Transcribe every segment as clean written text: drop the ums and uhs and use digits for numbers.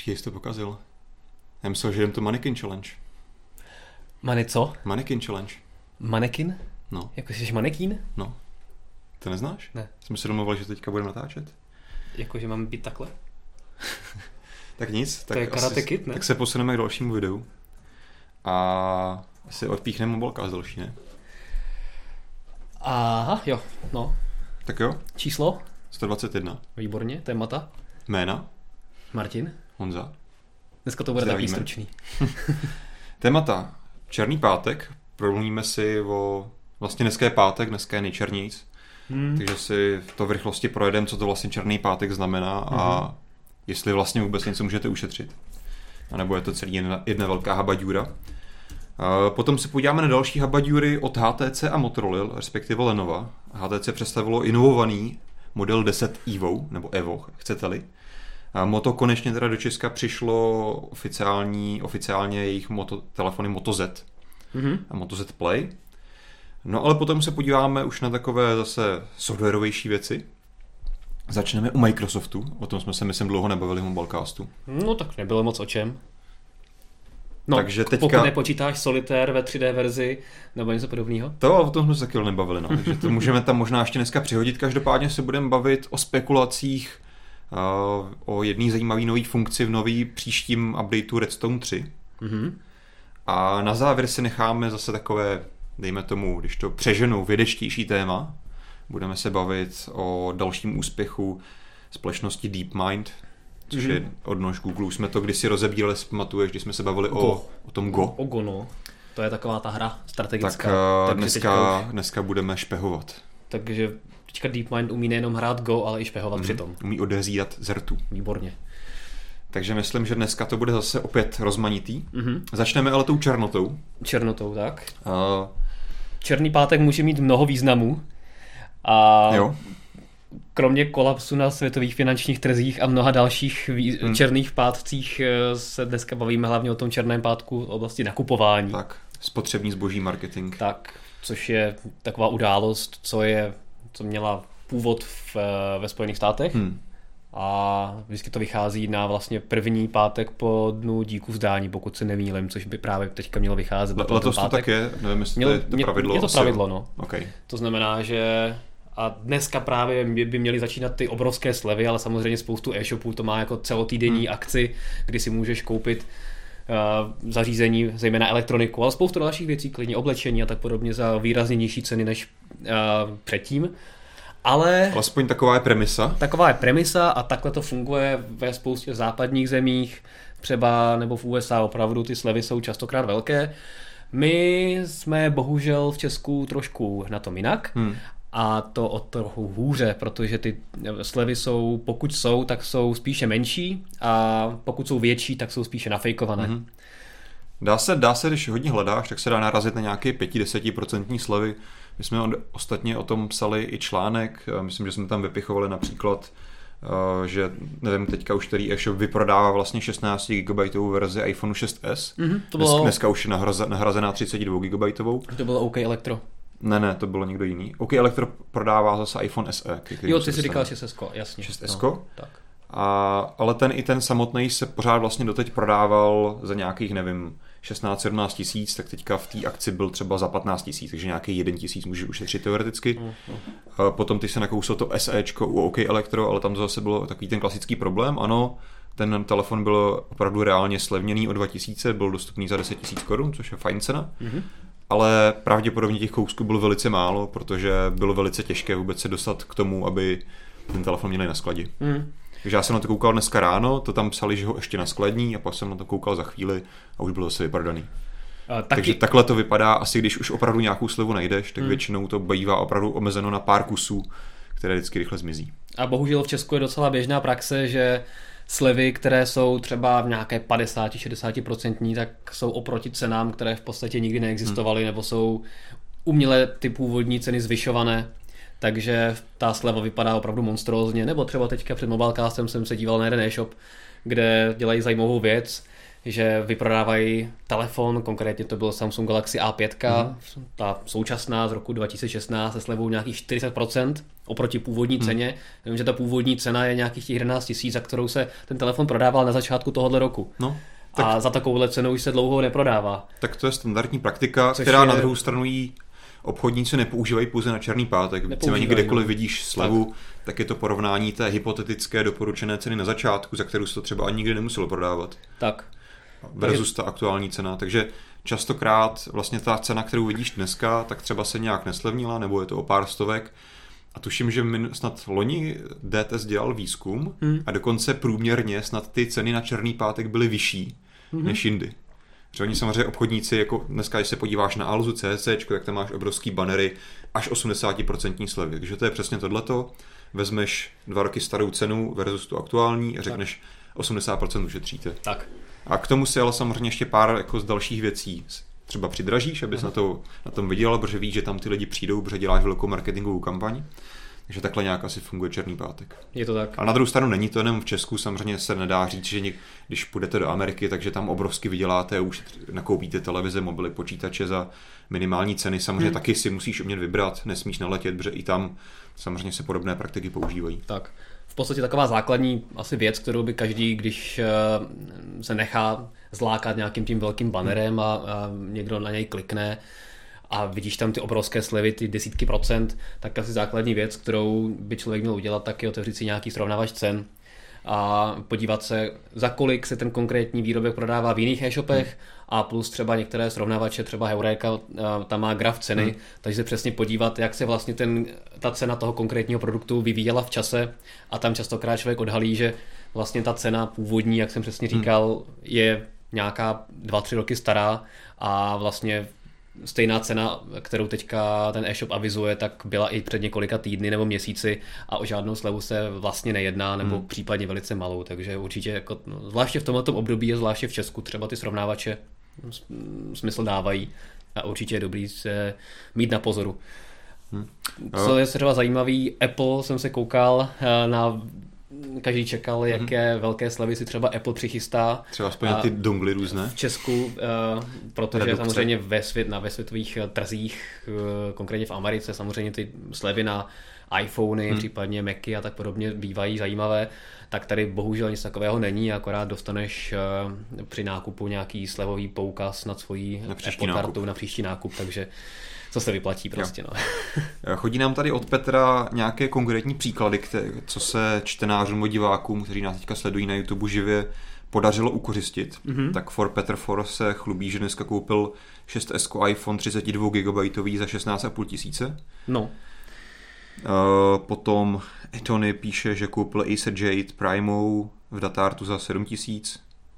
Počkej, jsi to pokazil. Já myslel, že jdem to Mannequin Challenge. Co? Mannequin Challenge. Manekin? No. Jako jsi manekín? No. To neznáš? Ne. Jsme se domluvili, že teďka budeme natáčet. Jako, že mám být takhle? Tak nic. To je Karate Kid, ne? Tak se posuneme k dalšímu videu. A asi odpíchneme mobilka další, ne? Aha, jo, no. Tak jo. Číslo? 121. Výborně, témata. Jména? Martin? Honza. Dneska to bude takový Zdravíme. stručný. Témata. Černý pátek. Promluvíme si o... Vlastně dneska je pátek, dneska je nejčernějc. Takže si to v rychlosti projedeme, co to vlastně černý pátek znamená a jestli vlastně vůbec něco můžete ušetřit. A nebo je to celý jedna velká habaďůra. Potom se podíváme na další habaďůry od HTC a Motorola, respektive Lenovo. HTC představilo inovovaný model 10 Evo, nebo Evo, chcete-li. Moto konečně teda do Česka přišlo oficiálně jejich telefony Moto Z a Moto Z Play. No ale potom se podíváme už na takové zase softwarovější věci. Začneme u Microsoftu, o tom jsme se myslím dlouho nebavili v Mobilecastu. No tak nebylo moc o čem. No, takže teďka... pokud nepočítáš Solitaire ve 3D verzi nebo něco podobného. To, o tom jsme se taky nebavili, no. Takže to můžeme tam možná ještě dneska přihodit. Každopádně se budeme bavit o spekulacích, o jedné zajímavé nové funkci v nový příštím updateu Redstone 3. A na závěr si necháme zase takové, dejme tomu, když to přeženu, vědečtější téma. Budeme se bavit o dalším úspěchu společnosti DeepMind, což je odnož Google. Už jsme to kdysi rozebírali, si pamatuješ, když jsme se bavili o tom Go. O Go, no. To je taková ta hra strategická. Tak dneska budeme špehovat. Takže teďka DeepMind umí nejenom hrát Go, ale i špehovat přitom. Umí odezírat zertu. Výborně. Takže myslím, že dneska to bude zase opět rozmanitý. Začneme ale tou černotou. Černotou, tak. Černý pátek může mít mnoho významů. A jo. Kromě kolapsu na světových finančních trzích a mnoha dalších černých pátcích se dneska bavíme hlavně o tom černém pátku v oblasti nakupování. Tak, spotřební zboží marketing. Tak, což je taková událost, co měla původ ve Spojených státech. A vždycky to vychází na vlastně první pátek po dnu díku vzdání, pokud se nemýlím, což by právě teďka mělo vycházet. Letos to tak je, nevím, jestli to je to pravidlo. Je to pravidlo, no. Okay. To znamená, že a dneska právě by měly začínat ty obrovské slevy, ale samozřejmě spoustu e-shopů to má jako celotýdenní akci, kdy si můžeš koupit zařízení, zejména elektroniku, ale spoustu dalších věcí, klidně oblečení a tak podobně za výrazně nižší ceny než předtím. Ale alespoň taková je premisa. Taková je premisa a takhle to funguje ve spoustě západních zemích, třeba nebo v USA opravdu ty slevy jsou častokrát velké. My jsme bohužel v Česku trošku na tom jinak. A to o trochu hůře, protože ty slevy jsou, pokud jsou, tak jsou spíše menší a pokud jsou větší, tak jsou spíše nafejkované. Dá se, když hodně hledáš, tak se dá narazit na nějaké 5-10% slevy. My jsme ostatně o tom psali i článek, myslím, že jsme tam vypichovali například, že nevím teďka už který e-shop vyprodává vlastně 16 GB verzi iPhone 6s. Dneska už je nahrazená 32 GB. To bylo OK Electro. Ne, to bylo někdo jiný. OK Electro prodává zase iPhone SE. Jo, ty jsi říkal 6S, jasně. 6S? No, tak. Ale ten samotný se pořád vlastně doteď prodával za nějakých, nevím, 16-17 tisíc, tak teďka v té akci byl třeba za 15 tisíc, takže nějaký 1 tisíc může ušetřit teoreticky. Potom ty se nakouslo to SEčko u OK Electro, ale tam to zase bylo takový ten klasický problém. Ano, ten telefon byl opravdu reálně slevněný o 2000, byl dostupný za 10 000 korun, což je fajn cena. Ale pravděpodobně těch kousků bylo velice málo, protože bylo velice těžké vůbec se dostat k tomu, aby ten telefon měli na skladě. Takže já jsem na to koukal dneska ráno, to tam psali, že ho ještě naskladní a pak jsem na to koukal za chvíli a už bylo zase vyprodaný. Takže takhle to vypadá, asi když už opravdu nějakou slevu najdeš, tak většinou to bývá opravdu omezeno na pár kusů, které vždycky rychle zmizí. A bohužel v Česku je docela běžná praxe, že slevy, které jsou třeba v nějaké 50-60%, tak jsou oproti cenám, které v podstatě nikdy neexistovaly, nebo jsou uměle ty původní ceny zvyšované. Takže ta sleva vypadá opravdu monstrózně, nebo třeba teďka před Mobilecastem jsem se díval na jeden e-shop, kde dělají zajímavou věc, že vyprodávají telefon, konkrétně to byl Samsung Galaxy A5, ta současná z roku 2016 se slevou nějakých 40% oproti původní ceně. Vím, že ta původní cena je nějakých 11 000, za kterou se ten telefon prodával na začátku tohohle roku. No, a za takovouhle cenu už se dlouho neprodává. Tak to je standardní praktika, která na druhou stranu jí obchodníci nepoužívají pouze na černý pátek. Víceméně kdekoliv vidíš slevu, tak je to porovnání té hypotetické doporučené ceny na začátku, za kterou se to třeba ani nikdy nemuselo prodávat. Tak. Versus ta aktuální cena. Takže častokrát vlastně ta cena, kterou vidíš dneska, tak třeba se nějak neslevnila, nebo je to o pár stovek. A tuším, že snad loni DTS dělal výzkum a dokonce průměrně snad ty ceny na černý pátek byly vyšší než jindy. Že oni samozřejmě obchodníci, jako dneska, když se podíváš na Alzu, CSC, tak tam máš obrovský banery až 80% slevy. Takže to je přesně tohleto. Vezmeš 2 roky starou cenu versus tu aktuální a řekneš 80% ušetříte. Tak. A k tomu si ale samozřejmě ještě pár jako z dalších věcí třeba přidražíš, abys na tom viděl, protože víš, že tam ty lidi přijdou, protože děláš velkou marketingovou kampaň. Takže takhle nějak asi funguje černý pátek. Je to tak. A na druhou stranu není to jenom v Česku, samozřejmě se nedá říct, že když půjdete do Ameriky, takže tam obrovsky vyděláte, už nakoupíte televize, mobily, počítače za minimální ceny. Samozřejmě taky si musíš umět vybrat, nesmíš naletět, protože i tam samozřejmě se podobné praktiky používají. Tak. V podstatě taková základní asi věc, kterou by každý, když se nechá zlákat nějakým tím velkým bannerem a někdo na něj klikne a vidíš tam ty obrovské slevy, ty desítky procent, tak asi základní věc, kterou by člověk měl udělat, tak je otevřít si nějaký srovnávač cen a podívat se, za kolik se ten konkrétní výrobek prodává v jiných e-shopech a plus třeba některé srovnávače, třeba Heureka, tam má graf ceny, takže se přesně podívat, jak se vlastně ta cena toho konkrétního produktu vyvíjela v čase a tam častokrát člověk odhalí, že vlastně ta cena původní, jak jsem přesně říkal, je nějaká 2-3 roky stará a vlastně stejná cena, kterou teďka ten e-shop avizuje, tak byla i před několika týdny nebo měsíci a o žádnou slevu se vlastně nejedná, nebo případně velice malou, takže určitě jako, zvláště v tomto období a zvláště v Česku třeba ty srovnávače smysl dávají a určitě je dobrý se mít na pozoru. Co je třeba zajímavý, Apple jsem se koukal každý čekal, jaké velké slevy si třeba Apple přichystá. Třeba aspoň ty dongly různé. V Česku, protože redukce. Samozřejmě ve světových trzích, konkrétně v Americe, samozřejmě ty slevy na iPhony, případně Macy a tak podobně bývají zajímavé, tak tady bohužel nic takového není, akorát dostaneš při nákupu nějaký slevový poukaz na svoji Apple kartu na příští nákup, takže co se vyplatí prostě. No. Chodí nám tady od Petra nějaké konkrétní příklady, co se čtenářům nebo divákům, kteří nás teďka sledují na YouTube živě, podařilo ukořistit. Tak Petr For se chlubí, že dneska koupil 6S iPhone 32 GB za 16,5 tisíce. No. Potom Tony píše, že koupil Acer Jade Primo v Datartu za 7 tisíc.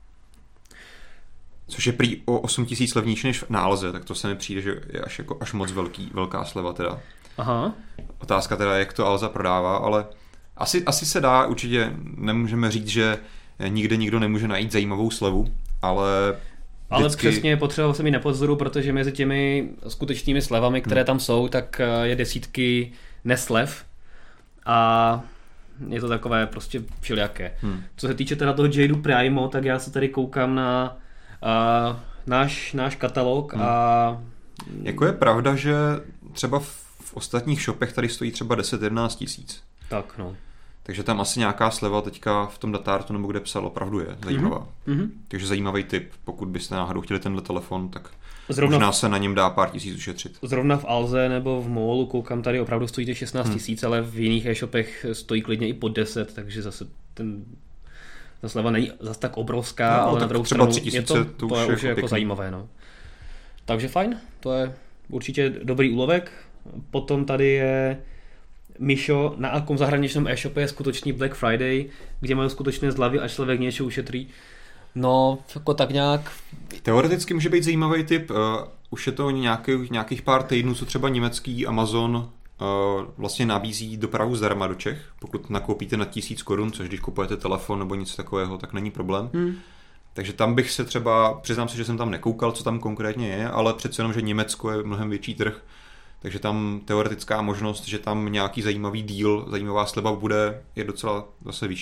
Což je prý o 8 tisíc levnější než na Alze, tak to se mi přijde, že je až moc velká sleva teda. Aha. Otázka teda, jak to Alza prodává, ale asi se dá, určitě nemůžeme říct, že nikde nikdo nemůže najít zajímavou slevu, ale přesně je potřeba se mít na pozoru, protože mezi těmi skutečnými slevami, které tam jsou, tak je desítky neslev a je to takové prostě všelijaké. Co se týče teda toho Jadu Primo, tak já se tady koukám na náš katalog a... Jako je pravda, že třeba v ostatních shopech tady stojí třeba 10-11 tisíc. Tak, no. Takže tam asi nějaká sleva teďka v tom Datartu nebo kde psal opravdu je zajímavá. Takže zajímavý tip, pokud byste náhodou chtěli tenhle telefon, tak možná se na něm dá pár tisíc ušetřit. Zrovna v Alze nebo v Molu koukám, tady opravdu stojí těch 16 tisíc, ale v jiných e-shopech stojí klidně i pod 10, takže zase ta sleva není zase tak obrovská, ale na druhou stranu je to už jako zajímavé. No. Takže fajn, to je určitě dobrý úlovek. Potom tady je Misho, na akom zahraničnom e-shope je skutečný Black Friday, kde mají skutečné zľavy a člověk něco ušetří. No, jako tak nějak. Teoreticky může být zajímavý tip. Už je to nějakých pár týdnů, co třeba německý Amazon vlastně nabízí dopravu zdarma do Čech. Pokud nakoupíte na 1000 korun, což když kupujete telefon nebo něco takového, tak není problém. Takže tam bych se třeba, přiznám se, že jsem tam nekoukal, co tam konkrétně je, ale přece jenom, že Německo je mnohem větší trh, takže tam teoretická možnost, že tam nějaký zajímavý deal, zajímavá sleva bude, je docela zase vyšší.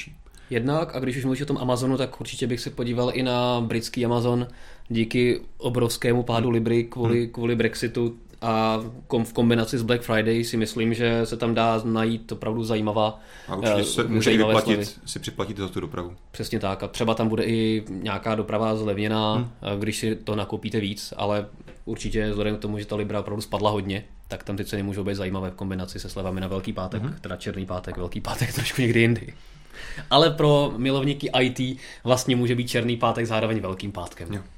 Jednak, a když už mluvíš o tom Amazonu, tak určitě bych se podíval i na britský Amazon díky obrovskému pádu Libry kvůli Brexitu a v kombinaci s Black Friday si myslím, že se tam dá najít opravdu zajímavá. A určitě se může si připlatit za tu dopravu. Přesně tak. A třeba tam bude i nějaká doprava zlevněná, když si to nakoupíte víc, ale určitě vzhledem k tomu, že ta Libra opravdu spadla hodně, tak tam ty ceny můžou být zajímavé v kombinaci se slevami na Velký pátek, teda Černý pátek, Velký pátek trošku někdy jindy. Ale pro milovníky IT vlastně může být Černý pátek zároveň Velkým pátkem. Jo.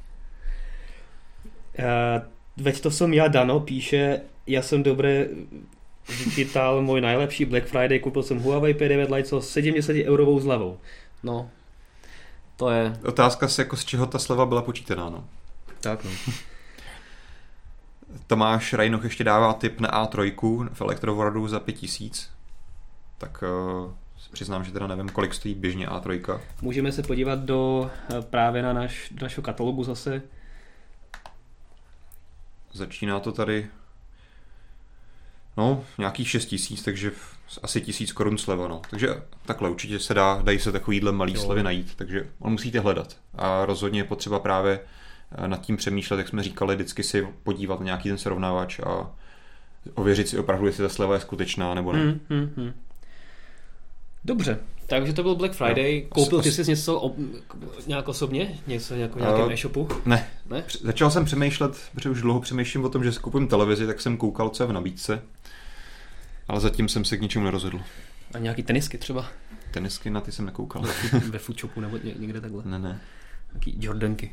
Veď to som ja, Dano, píše, ja som dobre vychytal môj najlepší Black Friday, kúpil som Huawei P9 Lite so 70 eurovou zľavou. No, to je... Otázka se, jako z čeho ta sleva byla počítaná, no. Tak, no. Tomáš Rajnoch ještě dává tip na A3 v Elektroworldu za 5000. Tak přiznám, že teda nevím, kolik stojí běžně A3. Můžeme se podívat právě na našeho katalogu zase. Začíná to tady nějakých 6000, takže asi 1000 korun sleva, no. Takže takhle určitě se dají se takovýhle malý slevy najít, takže on musíte hledat. A rozhodně je potřeba právě nad tím přemýšlet, jak jsme říkali, vždycky si podívat na nějaký ten srovnávač a ověřit si opravdu, jestli ta sleva je skutečná nebo ne. Dobře, takže to byl Black Friday. Koupil ty jsi něco nějak osobně? Něco jako nějakém e-shopu? Ne? Začal jsem přemýšlet, protože už dlouho přemýšlím o tom, že si koupím televizi, tak jsem koukal, co je v nabídce. Ale zatím jsem se k ničemu nerozhodl. A nějaký tenisky třeba? Tenisky, na ty jsem nekoukal. Ve foodshopu nebo někde takhle? Ne. Nějaký Jordanky.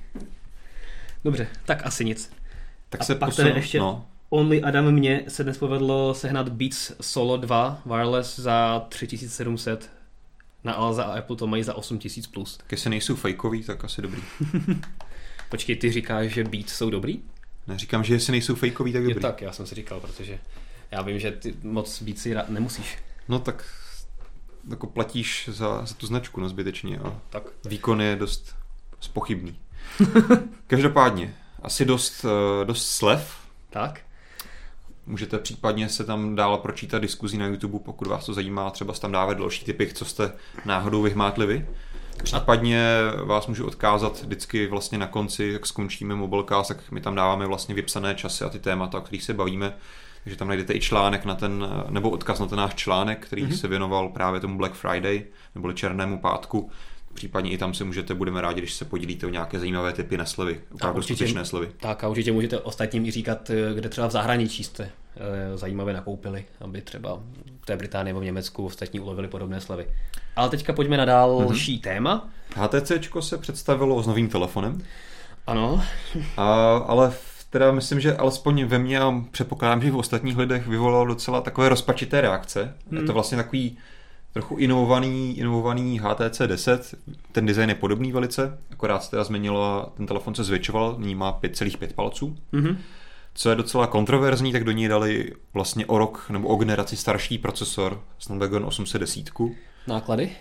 Dobře, tak asi nic. Tak a se pak tady ještě Only Adam mě se dnes povedlo sehnat Beats Solo 2 wireless za 3700. Na Alza a Apple to mají za 8000 plus. Tak jestli nejsou fejkový, tak asi dobrý. Počkej, ty říkáš, že Beats jsou dobrý? Neříkám, že jestli nejsou fejkový, tak dobrý. Je tak, já jsem si říkal, protože já vím, že ty moc Beatsy nemusíš. No tak jako platíš za tu značku, no zbytečně. A tak. Výkon je dost pochybný. Každopádně, asi dost slev. Tak. Můžete případně se tam dál pročítat diskuzí na YouTube, pokud vás to zajímá, třeba tam dávat další tipy, co jste náhodou vyhmátli vy. Případně vás můžu odkázat vždycky vlastně na konci, jak skončíme Mobilecast, tak my tam dáváme vlastně vypsané časy a ty témata, o kterých se bavíme. Takže tam najdete i článek na nebo odkaz na ten náš článek, který se věnoval právě tomu Black Friday, neboli Černému pátku. Případně i tam budeme rádi, když se podílíte o nějaké zajímavé tipy na slevy, opravdu skutečné slevy. Tak a určitě můžete ostatním i říkat, kde třeba v zahraničí jste zajímavé nakoupili, aby třeba v té Británii nebo v Německu ostatní ulovili podobné slevy. Ale teďka pojďme na další téma. HTCčko se představilo s novým telefonem. Ano. Ale teda myslím, že alespoň ve mně a předpokládám, že i v ostatních lidech vyvolalo docela takové rozpačité reakce. Je to vlastně takový trochu inovovaný HTC 10, ten design je podobný velice, akorát se teda změnilo, ten telefon se zvětšoval, nyní má 5,5 palců. Co je docela kontroverzní, tak do něj dali vlastně o rok nebo o generaci starší procesor Snapdragon 810. Náklady?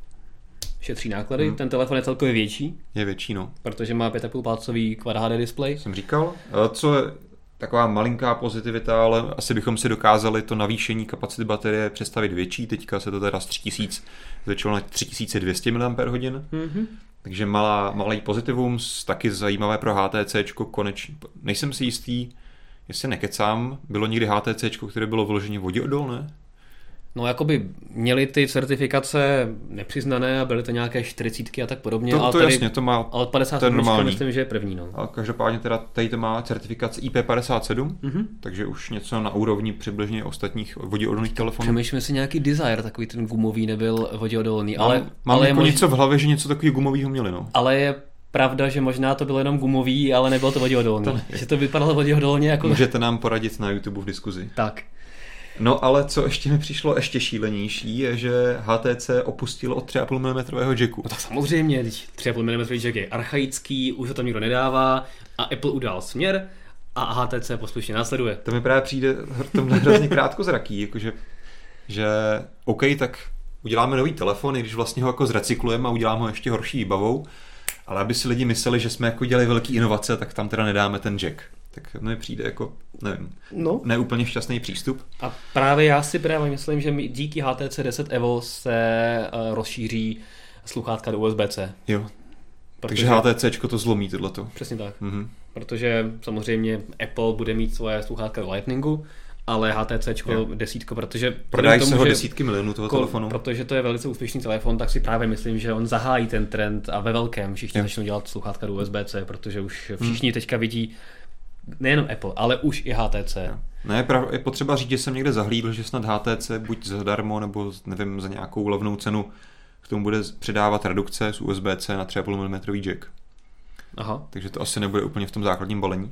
Šetří náklady, ten telefon je celkově větší. Je větší, no. Protože má 5,5 palcový Quad HD display. Jsem říkal, co je taková malinká pozitivita, ale asi bychom si dokázali to navýšení kapacity baterie představit větší. Teďka se to teda z 3000 zvětšilo na 3200 mAh. Takže malý pozitivum, taky zajímavé pro HTCčko konečně. Nejsem si jistý, jestli nekecám, bylo někdy HTCčko, které bylo vyloženě voděodolné? No jakoby měli ty certifikace nepřiznané a byly to nějaké 40 a tak podobně. To tady, jasně, to má ale 57 myslím, že je první. No. Ale každopádně teda tady to má certifikaci IP57, takže už něco na úrovni přibližně ostatních voděodolných telefonů. Přemýšlím si nějaký Desire, takový ten gumový nebyl voděodolný. Mám jako něco v hlavě, že něco takového gumového měli. No. Ale je pravda, že možná to bylo jenom gumový, ale nebylo to voděodolný. Že to vypadalo voděodolně jako... Můžete nám poradit na YouTube v diskuzi. Tak. No ale co ještě mi přišlo ještě šílenější, je, že HTC opustilo od 3,5 mm jacku. No tak samozřejmě, 3,5 mm jack je archaický, už ho tam nikdo nedává a Apple udal směr a HTC poslušně následuje. To mi právě přijde tomhle hrozně krátkozraký, jakože, že OK, tak uděláme nový telefon, i když vlastně ho jako zrecyklujeme a uděláme ho ještě horší výbavou, ale aby si lidi mysleli, že jsme jako dělali velký inovace, tak tam teda nedáme ten jack. Tak mi přijde jako, nevím, neúplně šťastný přístup. A právě já si právě myslím, že díky HTC 10 Evo se rozšíří sluchátka do USB-C. Jo. Takže HTCčko to zlomí tohleto. Přesně tak. Protože samozřejmě Apple bude mít svoje sluchátka do Lightningu, ale HTCčko desítko, protože... Prodají se ho desítky milionů toho telefonu. Protože to je velice úspěšný telefon, tak si právě myslím, že on zahájí ten trend a ve velkém všichni začnou dělat sluchátka do USB-C, protože už všichni teďka vidí nejenom Apple, ale už i HTC. Ne, je potřeba říct, že jsem někde zahlídl, že snad HTC buď zadarmo, nebo nevím, za nějakou levnou cenu k tomu bude přidávat redukce z USB-C na 3,5 mm jack. Aha. Takže to asi nebude úplně v tom základním balení.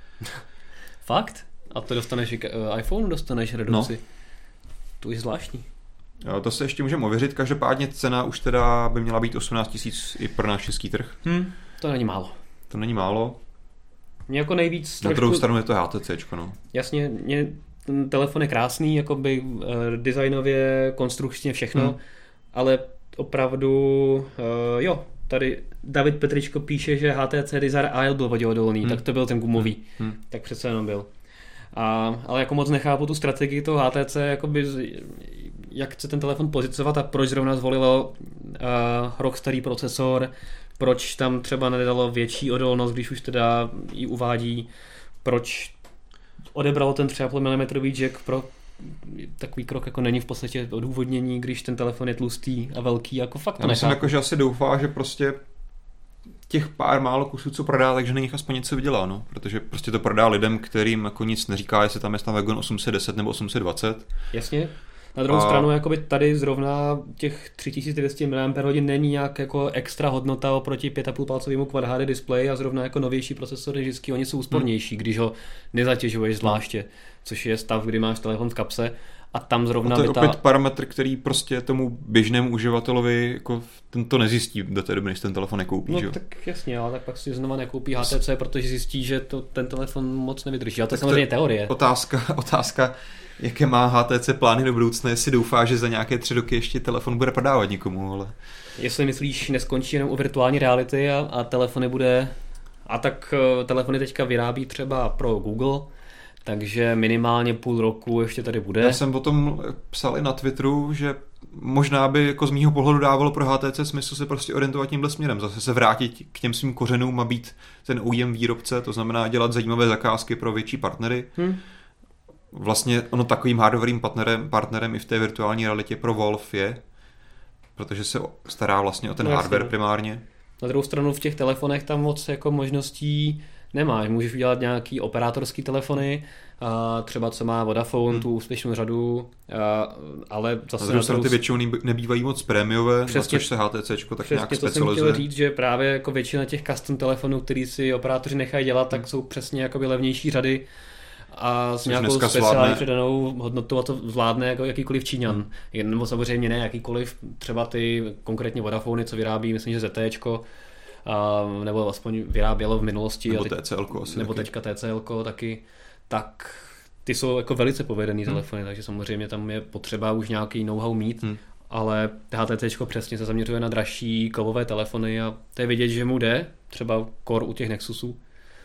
Fakt? A to dostaneš k iPhoneu, dostaneš redukci? No. To je zvláštní. Jo, to se ještě můžeme ověřit, každopádně cena už teda by měla být 18 000 i pro náš český trh. To není málo. To není málo. Mě jako nejvíc... Na druhou stranu je to HTCčko, no. Jasně, ten telefon je krásný, jakoby designově, konstrukčně všechno, ale opravdu, tady David Petričko píše, že HTC Desire Isle byl voděodolný, tak to byl ten gumový, tak přece jenom byl. Ale jako moc nechápu tu strategii toho HTC, jakoby, jak chce ten telefon pozicovat a proč zrovna zvolilo rok starý procesor, proč tam třeba nedalo větší odolnost, když už teda ji uvádí, proč odebralo ten 3,5 mm jack pro takový krok jako není v podstatě odůvodnění, když ten telefon je tlustý a velký, jako fakt to nechápu. Já myslím, jako, že asi doufá, že prostě těch pár málo kusů, co prodá, takže na nich aspoň něco vydělá, no. Protože prostě to prodá lidem, kterým jako nic neříká, jestli tam je Snapdragon 810 nebo 820. Jasně. Na druhou stranu, jakoby tady zrovna těch 3200 mAh není nějak jako extra hodnota oproti 5,5 palcovému Quad HD displeji a zrovna jako novější procesory vždycky oni jsou úspornější, když ho nezatěžuješ zvláště, což je stav, kdy máš telefon v kapse a tam zrovna... A to je opět parametr, který prostě tomu běžnému uživatelovi jako ten to nezjistí do té doby, než ten telefon nekoupí. No že? Tak jasně, ale tak pak si znova nekoupí HTC, protože zjistí, že ten telefon moc nevydrží. A to je samozřejmě teorie. Otázka, jaké má HTC plány do budoucna, jestli doufá, že za nějaké 3 roky ještě telefon bude prodávat nikomu, ale... Jestli myslíš, neskončí jenom u virtuální reality a telefony bude... A tak telefony teďka vyrábí třeba pro Google, takže minimálně půl roku ještě tady bude. Já jsem o tom psal i na Twitteru, že možná by jako z mýho pohledu dávalo pro HTC smysl se prostě orientovat tímhle směrem, zase se vrátit k těm svým kořenům a být ten OEM výrobce, to znamená dělat zajímavé zakázky pro větší partnery. Vlastně ono takovým hardwareovým partnerem i v té virtuální realitě pro Valve je, protože se stará vlastně o ten hardware primárně. Na druhou stranu v těch telefonech tam moc jako možností nemáš. Můžeš udělat nějaký operátorský telefony, třeba co má Vodafone, tu úspěšnou řadu, ale zase... Na druhou stranu ty většinou nebývají moc prémiové, na což se HTCčko tak nějak specializuje. Přesně to jsem chtěl říct, že právě jako většina těch custom telefonů, který si operátoři nechají dělat, tak jsou přesně jakoby levnější řady a s nějakou speciální předanou hodnotou a to zvládne jako jakýkoliv Číňan. Nebo samozřejmě ne jakýkoliv, třeba ty konkrétně Vodafony, co vyrábí, myslím, že ZTEčko, nebo aspoň vyrábělo v minulosti. Nebo TCLko asi. Nebo teďka TCLko taky. Tak ty jsou jako velice povedený telefony, takže samozřejmě tam je potřeba už nějaký know-how mít, ale HTCčko přesně se zaměřuje na dražší kovové telefony a to je vidět, že mu jde, třeba Core u těch Nexusů,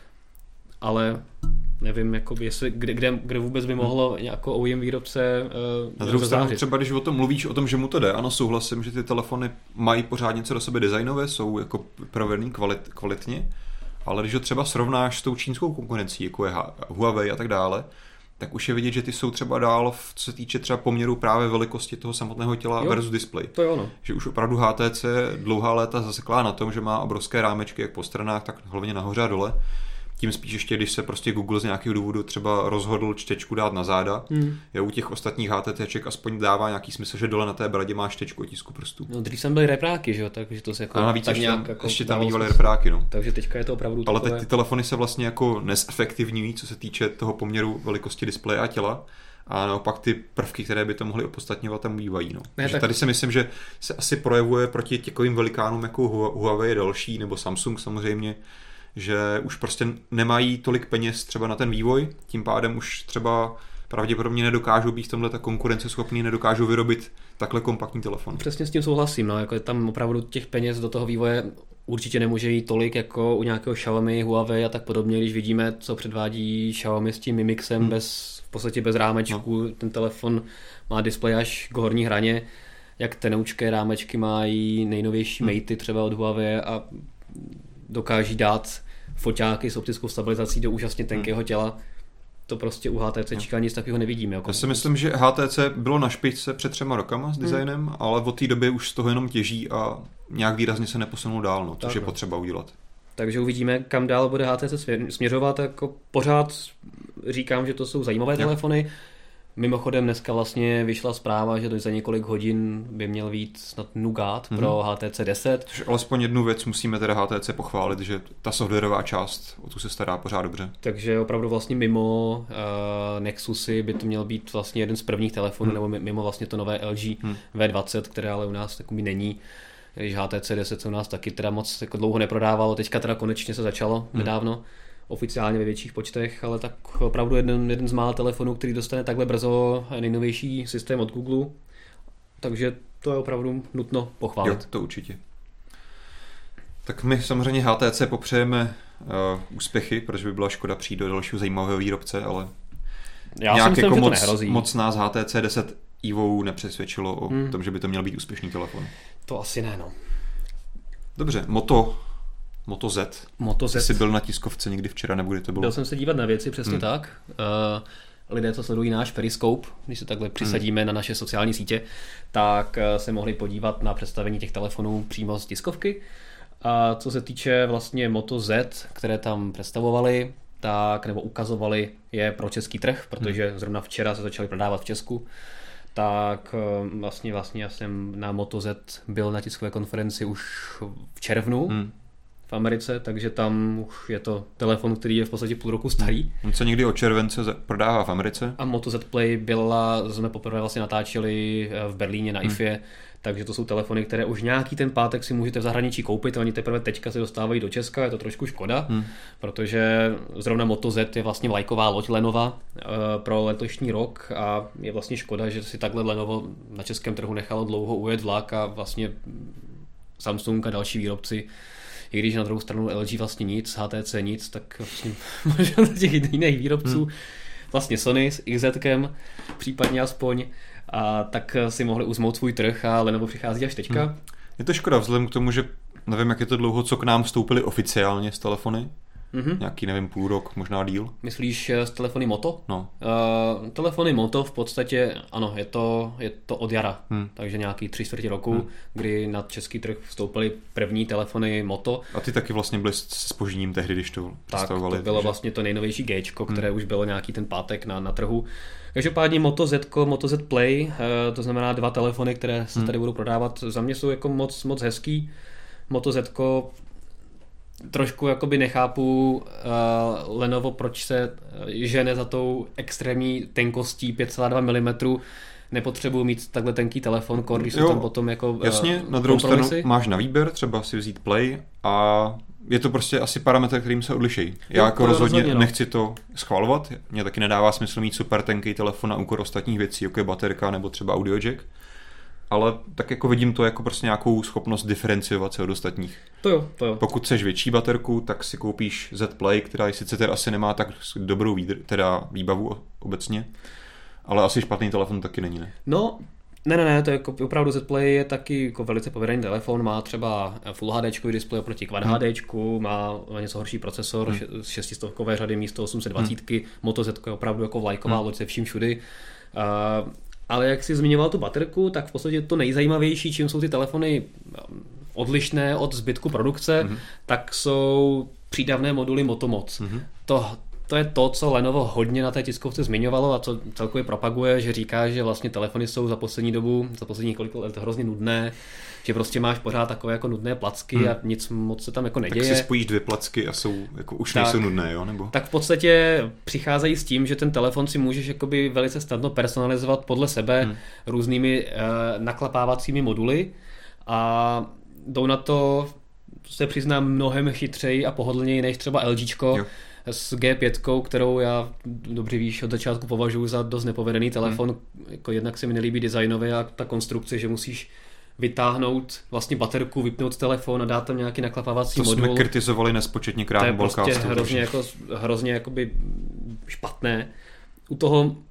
ale nevím, jakoby, jestli, kde vůbec by mohlo jako OEM výrobce na druhou stranu třeba, když o tom mluvíš, o tom, že mu to jde, ano, souhlasím, že ty telefony mají pořád něco do sebe designové, jsou jako provedený kvalitně, ale když ho třeba srovnáš s tou čínskou konkurencí, jako je Huawei a tak dále, tak už je vidět, že ty jsou třeba dál, co se týče třeba poměru právě velikosti toho samotného těla versus display. To je ono. Že už opravdu HTC dlouhá léta zaseklá na tom, že má obrovské rámečky jak po stranách, tak hlavně nahoře a dole. Tím spíš ještě, když se prostě Google z nějakého důvodu třeba rozhodl čtečku dát na záda. Je u těch ostatních HTCček aspoň dává nějaký smysl, že dole na té bradě máš čtečku otisku prstů. No dřív jsem byly repráky, že jo, takže to se jako navíc tak ještě, nějak jako ještě tam bývaly repráky, no. Takže teďka je to opravdu ale teď ty telefony se vlastně jako nezefektivňují, co se týče toho poměru velikosti displeje a těla. A naopak ty prvky, které by to mohly opodstatňovat, tam bývají. No. Tak... Tady si myslím, že se asi projevuje proti těkovým velikánům jako Huawei další, nebo Samsung samozřejmě, že už prostě nemají tolik peněz třeba na ten vývoj, tím pádem už třeba pravděpodobně nedokážou být v tomhle tak konkurenceschopný, nedokážou vyrobit takhle kompaktní telefon. Přesně s tím souhlasím, no, jako tam opravdu těch peněz do toho vývoje určitě nemůže jít tolik jako u nějakého Xiaomi, Huawei a tak podobně, když vidíme, co předvádí Xiaomi s tím Mi Mixem v podstatě bez rámečku, ten telefon má displej až k horní hraně, jak tenoučké rámečky mají nejnovější matey třeba od Huawei a dokáží dát foťáky s optickou stabilizací do úžasně tenkého těla. To prostě u HTCčka nic takového nevidíme. Jako. Já si myslím, že HTC bylo na špičce před 3 rokama s designem, ale od té doby už z toho jenom těží a nějak výrazně se neposunul dál, no, což je potřeba udělat. Takže uvidíme, kam dál bude HTC směřovat. Jako pořád říkám, že to jsou zajímavé telefony. Mimochodem dneska vlastně vyšla zpráva, že za několik hodin by měl být snad Nougat pro HTC 10. Což alespoň jednu věc musíme teda HTC pochválit, že ta softwarová část o tu se stará pořád dobře. Takže opravdu vlastně mimo Nexusy by to měl být vlastně jeden z prvních telefonů, nebo mimo vlastně to nové LG V20, které ale u nás takový není. Když HTC 10 se u nás taky teda moc jako dlouho neprodávalo, teďka teda konečně se začalo nedávno. Oficiálně ve větších počtech, ale tak opravdu jeden z mála telefonů, který dostane takhle brzo nejnovější systém od Google. Takže to je opravdu nutno pochválit. Jo, to určitě. Tak my samozřejmě HTC popřejeme úspěchy, protože by byla škoda přijít do dalšího zajímavého výrobce, ale já si myslím, jako že to nehrozí. Moc nás HTC 10 Evo nepřesvědčilo o tom, že by to měl být úspěšný telefon. To asi ne, no. Dobře, Moto Z. Ty jsi byl na tiskovce někdy včera, nebo kdy to bylo? Byl jsem se dívat na věci, přesně tak. Lidé, co sledují náš Periscope, když se takhle přisadíme na naše sociální sítě, tak se mohli podívat na představení těch telefonů přímo z tiskovky. A co se týče vlastně Moto Z, které tam představovali, tak nebo ukazovali, je pro český trh, protože zrovna včera se začaly prodávat v Česku. Tak vlastně já jsem na Moto Z byl na tiskové konferenci už v červnu v Americe, takže tam už je to telefon, který je v podstatě půl roku starý. On se někdy od července prodává v Americe. A Moto Z Play jsme poprvé vlastně natáčeli v Berlíně na IFE, takže to jsou telefony, které už nějaký ten pátek si můžete v zahraničí koupit, oni teprve teďka se dostávají do Česka, je to trošku škoda, protože zrovna Moto Z je vlastně vlajková loď Lenova pro letošní rok a je vlastně škoda, že si takhle Lenovo na českém trhu nechalo dlouho ujet vlak a vlastně Samsung a další výrobci, i když na druhou stranu LG vlastně nic, HTC nic, tak vlastně možná těch jiných výrobců, vlastně Sony s XZ-kem, případně aspoň, a tak si mohli uzmout svůj trh a Lenovo přichází až teďka. Je to škoda vzhledem k tomu, že nevím, jak je to dlouho, co k nám vstoupili oficiálně z telefony. Nějaký, nevím, půl rok, možná díl. Myslíš z telefony Moto? No. Telefony Moto v podstatě, ano, je to od jara, takže nějaký 3/4 roku, kdy na český trh vstoupily první telefony Moto. A ty taky vlastně byly s zpožděním tehdy, když to představovali. Tak, to bylo vlastně to nejnovější Gčko, které už bylo nějaký ten pátek na trhu. Každopádně Moto Z Play, to znamená 2 telefony, které se tady budou prodávat, za mě jsou jako moc hezký. Moto Z trošku jakoby nechápu Lenovo, proč se žene za tou extrémní tenkostí 5,2 mm. Nepotřebuji mít takhle tenký telefon, když jsou tam potom jako jasně, na druhou stranu máš na výběr, třeba si vzít Play a je to prostě asi parametr, kterým se odlišejí. Já jako rozhodně nechci to schvalovat, mně taky nedává smysl mít super tenký telefon na úkor ostatních věcí, jako je baterka nebo třeba audio jack. Ale tak jako vidím to jako prostě nějakou schopnost diferenciovat se od ostatních. To jo. Pokud chceš větší baterku, tak si koupíš Z Play, která sice teda asi nemá tak dobrou výbavu obecně, ale asi špatný telefon taky není, ne? No, ne, to je jako opravdu Z Play je taky jako velice povedený telefon, má třeba Full HD displej oproti Quad HD, má něco horší procesor, 600 řady místo 820, Moto Z je opravdu jako vlajková loď se vším všudy. Ale jak jsi zmiňoval tu baterku, tak v podstatě to nejzajímavější, čím jsou ty telefony odlišné od zbytku produkce, tak jsou přídavné moduly Motomoc. To je to, co Lenovo hodně na té tiskovce zmiňovalo a co celkově propaguje, že říká, že vlastně telefony jsou za poslední několik let hrozně nudné, že prostě máš pořád takové jako nudné placky a nic moc se tam jako neděje. Tak si spojíš 2 placky a jsou jako už nejsou nudné, jo? Nebo? Tak v podstatě přicházejí s tím, že ten telefon si můžeš jakoby velice snadno personalizovat podle sebe různými naklapávacími moduly a jdou na to, se přiznám, mnohem chytřeji a pohodlněji než třeba LGčko s G5, kterou já dobře víš, od začátku považuji za dost nepovedený telefon. Jako jednak se mi nelíbí designově a ta konstrukce, že musíš vytáhnout vlastně baterku, vypnout telefon a dát tam nějaký naklapávací modul. To jsme kritizovali nespočetněkrát. To je prostě hrozně jakoby špatné. U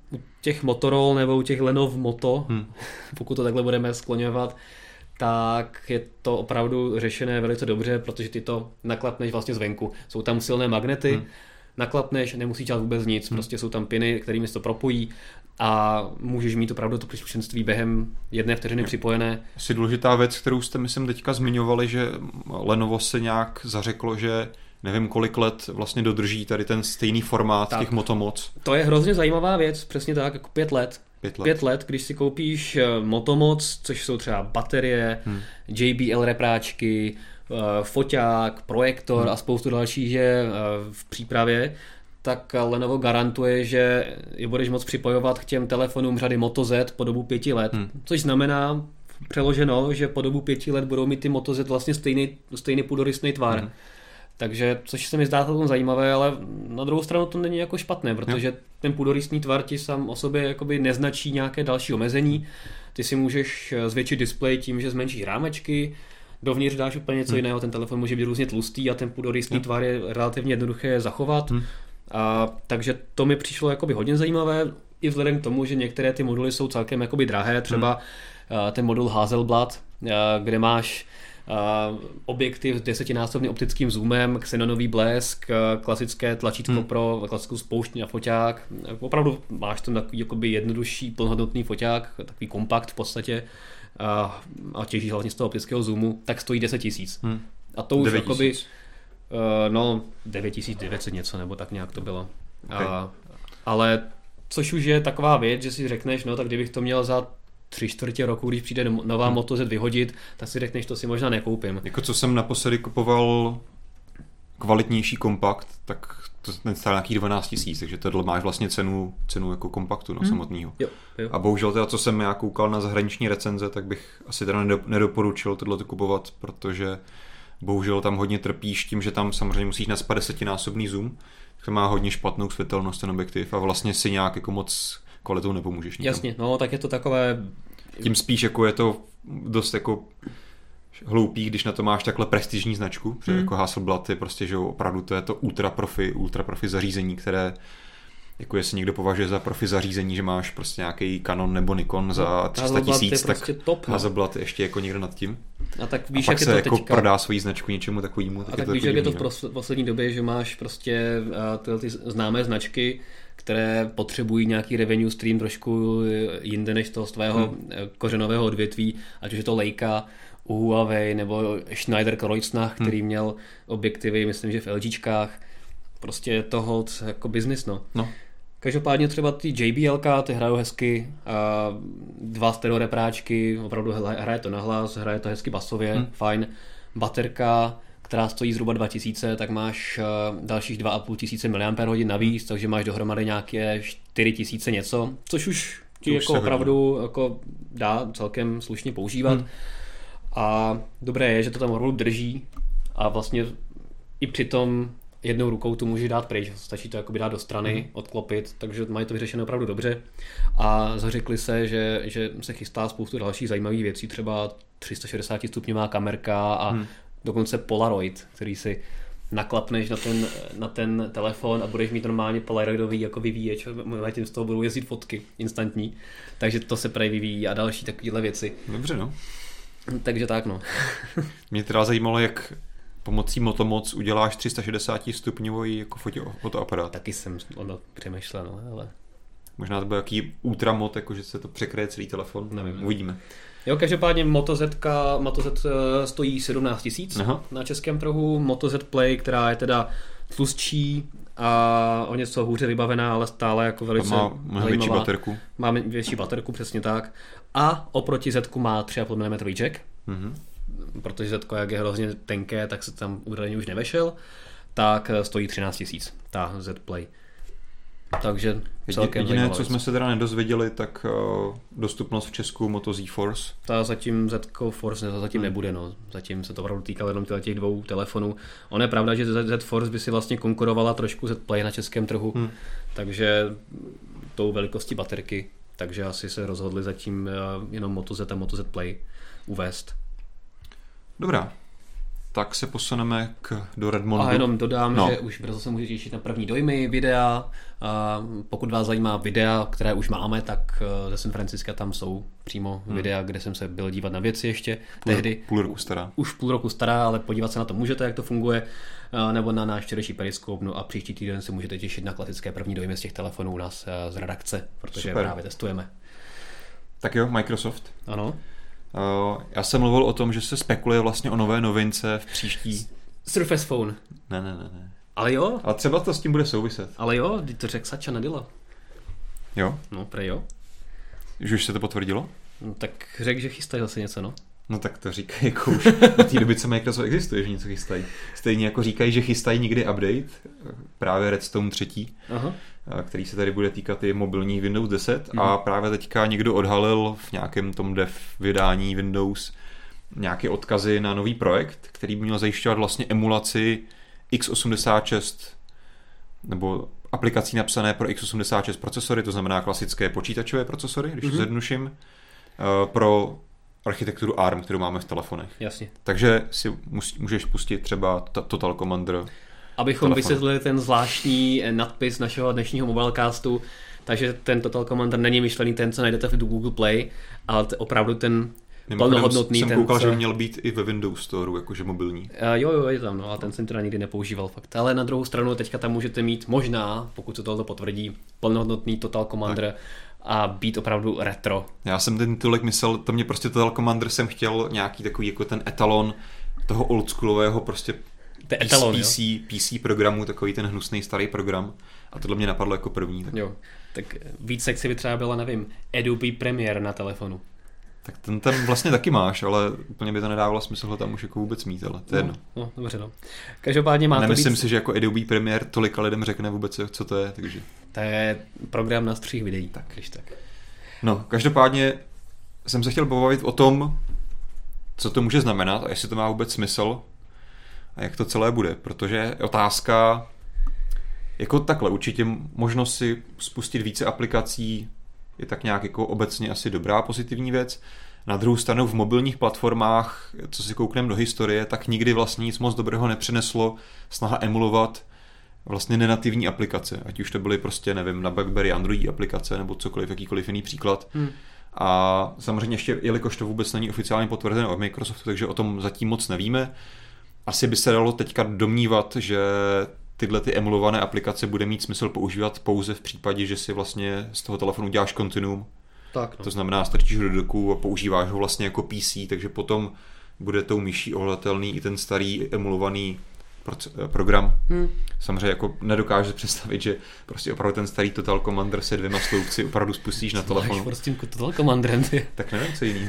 těch Motorola nebo u těch Lenovo Moto, pokud to takhle budeme skloňovat, tak je to opravdu řešené velice dobře, protože ty to naklapneš vlastně zvenku. Jsou tam silné magnety, naklapneš, nemusí dělat vůbec nic, prostě jsou tam piny, kterými se to propojí a můžeš mít opravdu to příslušenství během 1 vteřiny připojené. Asi důležitá věc, kterou jste myslím teďka zmiňovali, že Lenovo se nějak zařeklo, že nevím kolik let vlastně dodrží tady ten stejný formát těch Motomoc. To je hrozně zajímavá věc, přesně tak, jako 5 let. 5 let, když si koupíš Motomoc, což jsou třeba baterie, JBL repráčky, foťák, projektor a spoustu dalších je v přípravě, tak Lenovo garantuje, že je budeš moct připojovat k těm telefonům řady Moto Z po dobu 5 let, což znamená přeloženo, že po dobu 5 let budou mít ty Moto Z vlastně stejný půdorysný tvar. Takže, což se mi zdá celkem zajímavé, ale na druhou stranu to není jako špatné, protože ten půdorysný tvar ti sám o sobě jakoby neznačí nějaké další omezení. Ty si můžeš zvětšit displej tím, že zmenšíš rámečky, dovnitř dáš úplně něco jiného, ten telefon může být různě tlustý a ten půdorysný tvar je relativně jednoduché zachovat. Takže to mi přišlo jakoby hodně zajímavé, i vzhledem k tomu, že některé ty moduly jsou celkem jakoby drahé, třeba ten modul Hasselblad, kde máš objektiv s 10násobným optickým zoomem, xenonový blesk, klasické tlačítko pro klasickou spoušť na foťák. Opravdu máš tam takový jakoby jednodušší plnohodnotný foťák, takový kompakt v podstatě a těžíš hlavně z toho optického zoomu, tak stojí 10 000. A to už jakoby 9900 něco, nebo tak nějak to bylo. Okay. Ale což už je taková věc, že si řekneš, no tak kdybych to měl za 3/4 roku, když přijde nová Moto Z vyhodit, tak si řekneš, to si možná nekoupím. Jako co jsem naposledy kupoval kvalitnější kompakt, tak to ten stál nějakých 12 000, takže tohle máš vlastně cenu jako kompaktu samotného. Jo. A bohužel teda, co jsem já koukal na zahraniční recenze, tak bych asi teda nedoporučil tohle kupovat, protože bohužel tam hodně trpíš tím, že tam samozřejmě musíš naspat 10násobný zoom, to má hodně špatnou světelnost ten objektiv a vlastně si nějak jako moc kvalitou nepomůžeš nikam. Jasně, no tak je to takové... Tím spíš jako je to dost jako hloupý, když na to máš takhle prestižní značku, protože jako Hasselblad je prostě, že opravdu to je to ultra profi zařízení, které jako jestli někdo považuje za profi zařízení, že máš prostě nějaký Canon nebo Nikon za 300 000, prostě tak top, Hasselblad ještě jako někdo nad tím. A tak víš, a pak jak se je to jako teďka... prodá svoji značku něčemu takovému. A tak víš, jak je to v poslední době, že máš prostě tyhle ty známé značky, které potřebují nějaký revenue stream trošku jinde než toho svého kořenového odvětví, ať už je to Leica u Huawei nebo Schneider Kreuznach, který měl objektivy, myslím, že v LGčkách. Prostě je to hold jako business, no. Každopádně třeba ty JBLka, ty hrajou hezky, 2 stereo repráčky, opravdu hraje to nahlas, hraje to hezky basově, fajn. Baterka, která stojí zhruba 2000, tak máš dalších 2500 mAh navíc, takže máš dohromady nějaké 4000 něco, což už ti jako opravdu jako dá celkem slušně používat. A dobré je, že to tam opravdu drží a vlastně i přitom jednou rukou to může dát pryč, stačí to jakoby dát do strany, odklopit, takže mají to vyřešené opravdu dobře a zařekli se, že se chystá spoustu dalších zajímavých věcí, třeba 360 stupňová kamerka a dokonce Polaroid, který si naklapneš na ten telefon a budeš mít normálně polaroidový jako vyvíječ a tím z toho budou jezdit fotky instantní, takže to se prej vyvíjí a další takovéhle věci. Dobře, no. Takže tak, no. Mě teda zajímalo, jak pomocí Motomoc uděláš 360 stupňový jako fotoaparát. Taky jsem přemýšlel, no, ale... Možná to byl jaký ultramod, jako že se to překryje celý telefon. Nevím. Uvidíme. Jo, každopádně Moto Z stojí 17 000 na českém trhu. Moto Z Play, která je teda tlustší a o něco hůře vybavená, ale stále jako velice má větší baterku. Má větší baterku, přesně tak. A oproti Z má 3,5 mm jack. Protože Z, jak je hrozně tenké, tak se tam údajně už nevešel. Tak stojí 13 000 ta Z Play. Takže jediné, co jsme se teda nedozvěděli, tak dostupnost v Česku Moto Z Force. Ta zatím Z Force zatím nebude, no. Zatím se to opravdu týkalo jenom těch 2 telefonů. Ono je pravda, že Z Force by si vlastně konkurovala trošku Z Play na českém trhu, takže tou velikostí baterky, takže asi se rozhodli zatím jenom Moto Z a Moto Z Play uvést. Dobrá. tak se posuneme do Redmondu. A jenom dodám, že už brzo se můžete těšit na první dojmy, videa. Pokud vás zajímá videa, které už máme, tak ze San Francisca tam jsou přímo videa, kde jsem se byl dívat na věci ještě tehdy. Půl roku stará. Už půl roku stará, ale podívat se na to můžete, jak to funguje, nebo na náš včerejší Periscope, no a příští týden se můžete těšit na klasické první dojmy z těch telefonů u nás z redakce, protože právě testujeme. Tak jo, Microsoft. Ano. Já jsem mluvil o tom, že se spekuluje vlastně o nové novince v příští... Surface Phone. Ne. Ale jo. Ale třeba to s tím bude souviset. Ale jo, to řekl Satya Nadella. Jo? No, prej jo. Že už se to potvrdilo? No, tak řekl, že chystají zase něco, no. No tak to říkají jako už na té doby, co Microsoft existuje, že něco chystají. Stejně jako říkají, že chystají někdy update, právě Redstone 3, který se tady bude týkat i mobilních Windows 10 a právě teďka někdo odhalil v nějakém tom dev vydání Windows nějaké odkazy na nový projekt, který by měl zajišťovat vlastně emulaci x86 nebo aplikací napsané pro x86 procesory, to znamená klasické počítačové procesory, když to zjednoduším, pro architekturu ARM, kterou máme v telefonech. Jasně. Takže si můžeš pustit třeba Total Commander. Abychom vysvětlili ten zvláštní nadpis našeho dnešního mobilecastu, takže ten Total Commander není myšlený ten, co najdete v Google Play, ale opravdu ten plnohodnotný. Jsem koukal, že měl být i ve Windows Store, jakože mobilní. Jo, je tam, no, a ten jsem teda nikdy nepoužíval fakt. Ale na druhou stranu teďka tam můžete mít možná, pokud se tohle potvrdí, plnohodnotný Total Commander a být opravdu retro. Já jsem ten titulek myslel, to mě prostě Total Commander jsem chtěl nějaký takový jako ten etalon toho oldschoolového prostě PC programu, takový ten hnusný starý program. A tohle mě napadlo jako první. Tak. Jo, tak víc sexy by třeba byla, nevím, Adobe Premiere na telefonu. Tak ten tam vlastně taky máš, ale úplně by to nedávalo smysl ho tam už jako vůbec mít, ale to je jedno. No, dobře, no. Každopádně má Nemyslím si, že jako Adobe Premiere tolika lidem řekne vůbec, co to je, takže... To je program na střih videí. Tak, když tak. No, každopádně jsem se chtěl pobavit o tom, co to může znamenat a jestli to má vůbec smysl a jak to celé bude, protože je otázka, jako takhle, určitě možnost si spustit více aplikací je tak nějak jako obecně asi dobrá pozitivní věc. Na druhou stranu v mobilních platformách, co si koukneme do historie, tak nikdy vlastně nic moc dobrého nepřineslo snaha emulovat vlastně nenativní aplikace, ať už to byly prostě, nevím, na BlackBerry Android aplikace nebo cokoliv, jakýkoliv jiný příklad. A samozřejmě ještě, jelikož to vůbec není oficiálně potvrzeno od Microsoftu, takže o tom zatím moc nevíme. Asi by se dalo teďka domnívat, že tyhle ty emulované aplikace bude mít smysl používat pouze v případě, že si vlastně z toho telefonu děláš kontinuum. Tak, no. To znamená, strčíš do doku a používáš ho vlastně jako PC, takže potom bude tou myší ohledatelný i ten starý emulovaný program. Samozřejmě jako nedokážeš představit, že prostě opravdu ten starý Total Commander se 2 sloupci opravdu spustíš na telefonu. Prostě Total Commanderem, ty. Tak nevím, co jinýho.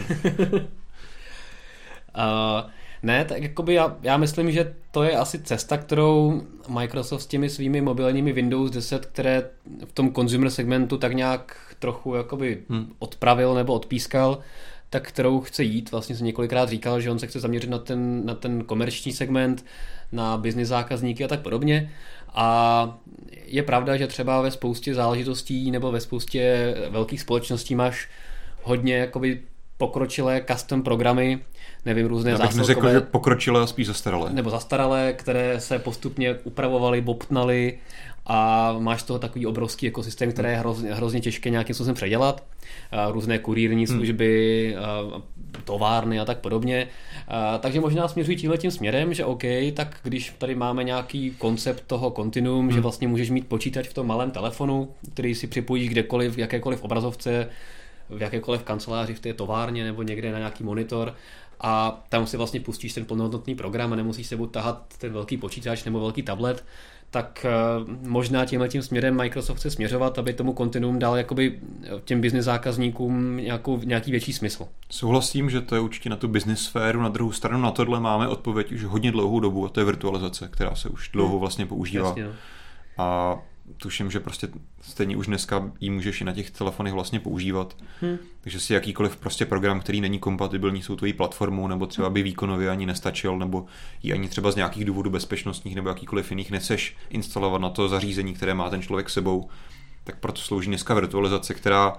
Ne, tak jakoby já myslím, že to je asi cesta, kterou Microsoft s těmi svými mobilními Windows 10, které v tom consumer segmentu tak nějak trochu jakoby odpravil nebo odpískal, tak kterou chce jít. Vlastně se několikrát říkal, že on se chce zaměřit na ten komerční segment, na business zákazníky a tak podobně. A je pravda, že třeba ve spoustě záležitostí nebo ve spoustě velkých společností máš hodně jakoby pokročilé custom programy, nevím, různé zásilkové. Já bych neřekl, že pokročilé a spíš zastaralé. Nebo zastaralé, které se postupně upravovaly, bobtnaly a máš z toho takový obrovský ekosystém, které je hrozně těžké nějakým způsobem předělat. Různé kurýrní služby, továrny a tak podobně. Takže možná směřují tímhletím směrem, že OK, tak když tady máme nějaký koncept toho kontinuum, že vlastně můžeš mít počítač v tom malém telefonu, který si připojíš kdekoliv, v jakékoliv obrazovce, v jakékoliv kanceláři, v té továrně nebo někde na nějaký monitor a tam si vlastně pustíš ten plnohodnotný program a nemusíš sebou tahat ten velký počítač nebo velký tablet, tak možná tímhletím směrem Microsoft chce směřovat, aby tomu kontinuum dal jakoby těm business zákazníkům nějaký větší smysl. Souhlasím, že to je určitě na tu business sféru, na druhou stranu na tohle máme odpověď už hodně dlouhou dobu a to je virtualizace, která se už dlouho vlastně používá. Jasně, no. A tuším, že prostě stejně už dneska ji můžeš i na těch telefonech vlastně používat. Takže si jakýkoliv prostě program, který není kompatibilní s tvojí platformou, nebo třeba by výkonově ani nestačil, nebo ji ani třeba z nějakých důvodů bezpečnostních nebo jakýkoliv jiných nechceš instalovat na to zařízení, které má ten člověk sebou, tak proto slouží dneska virtualizace, která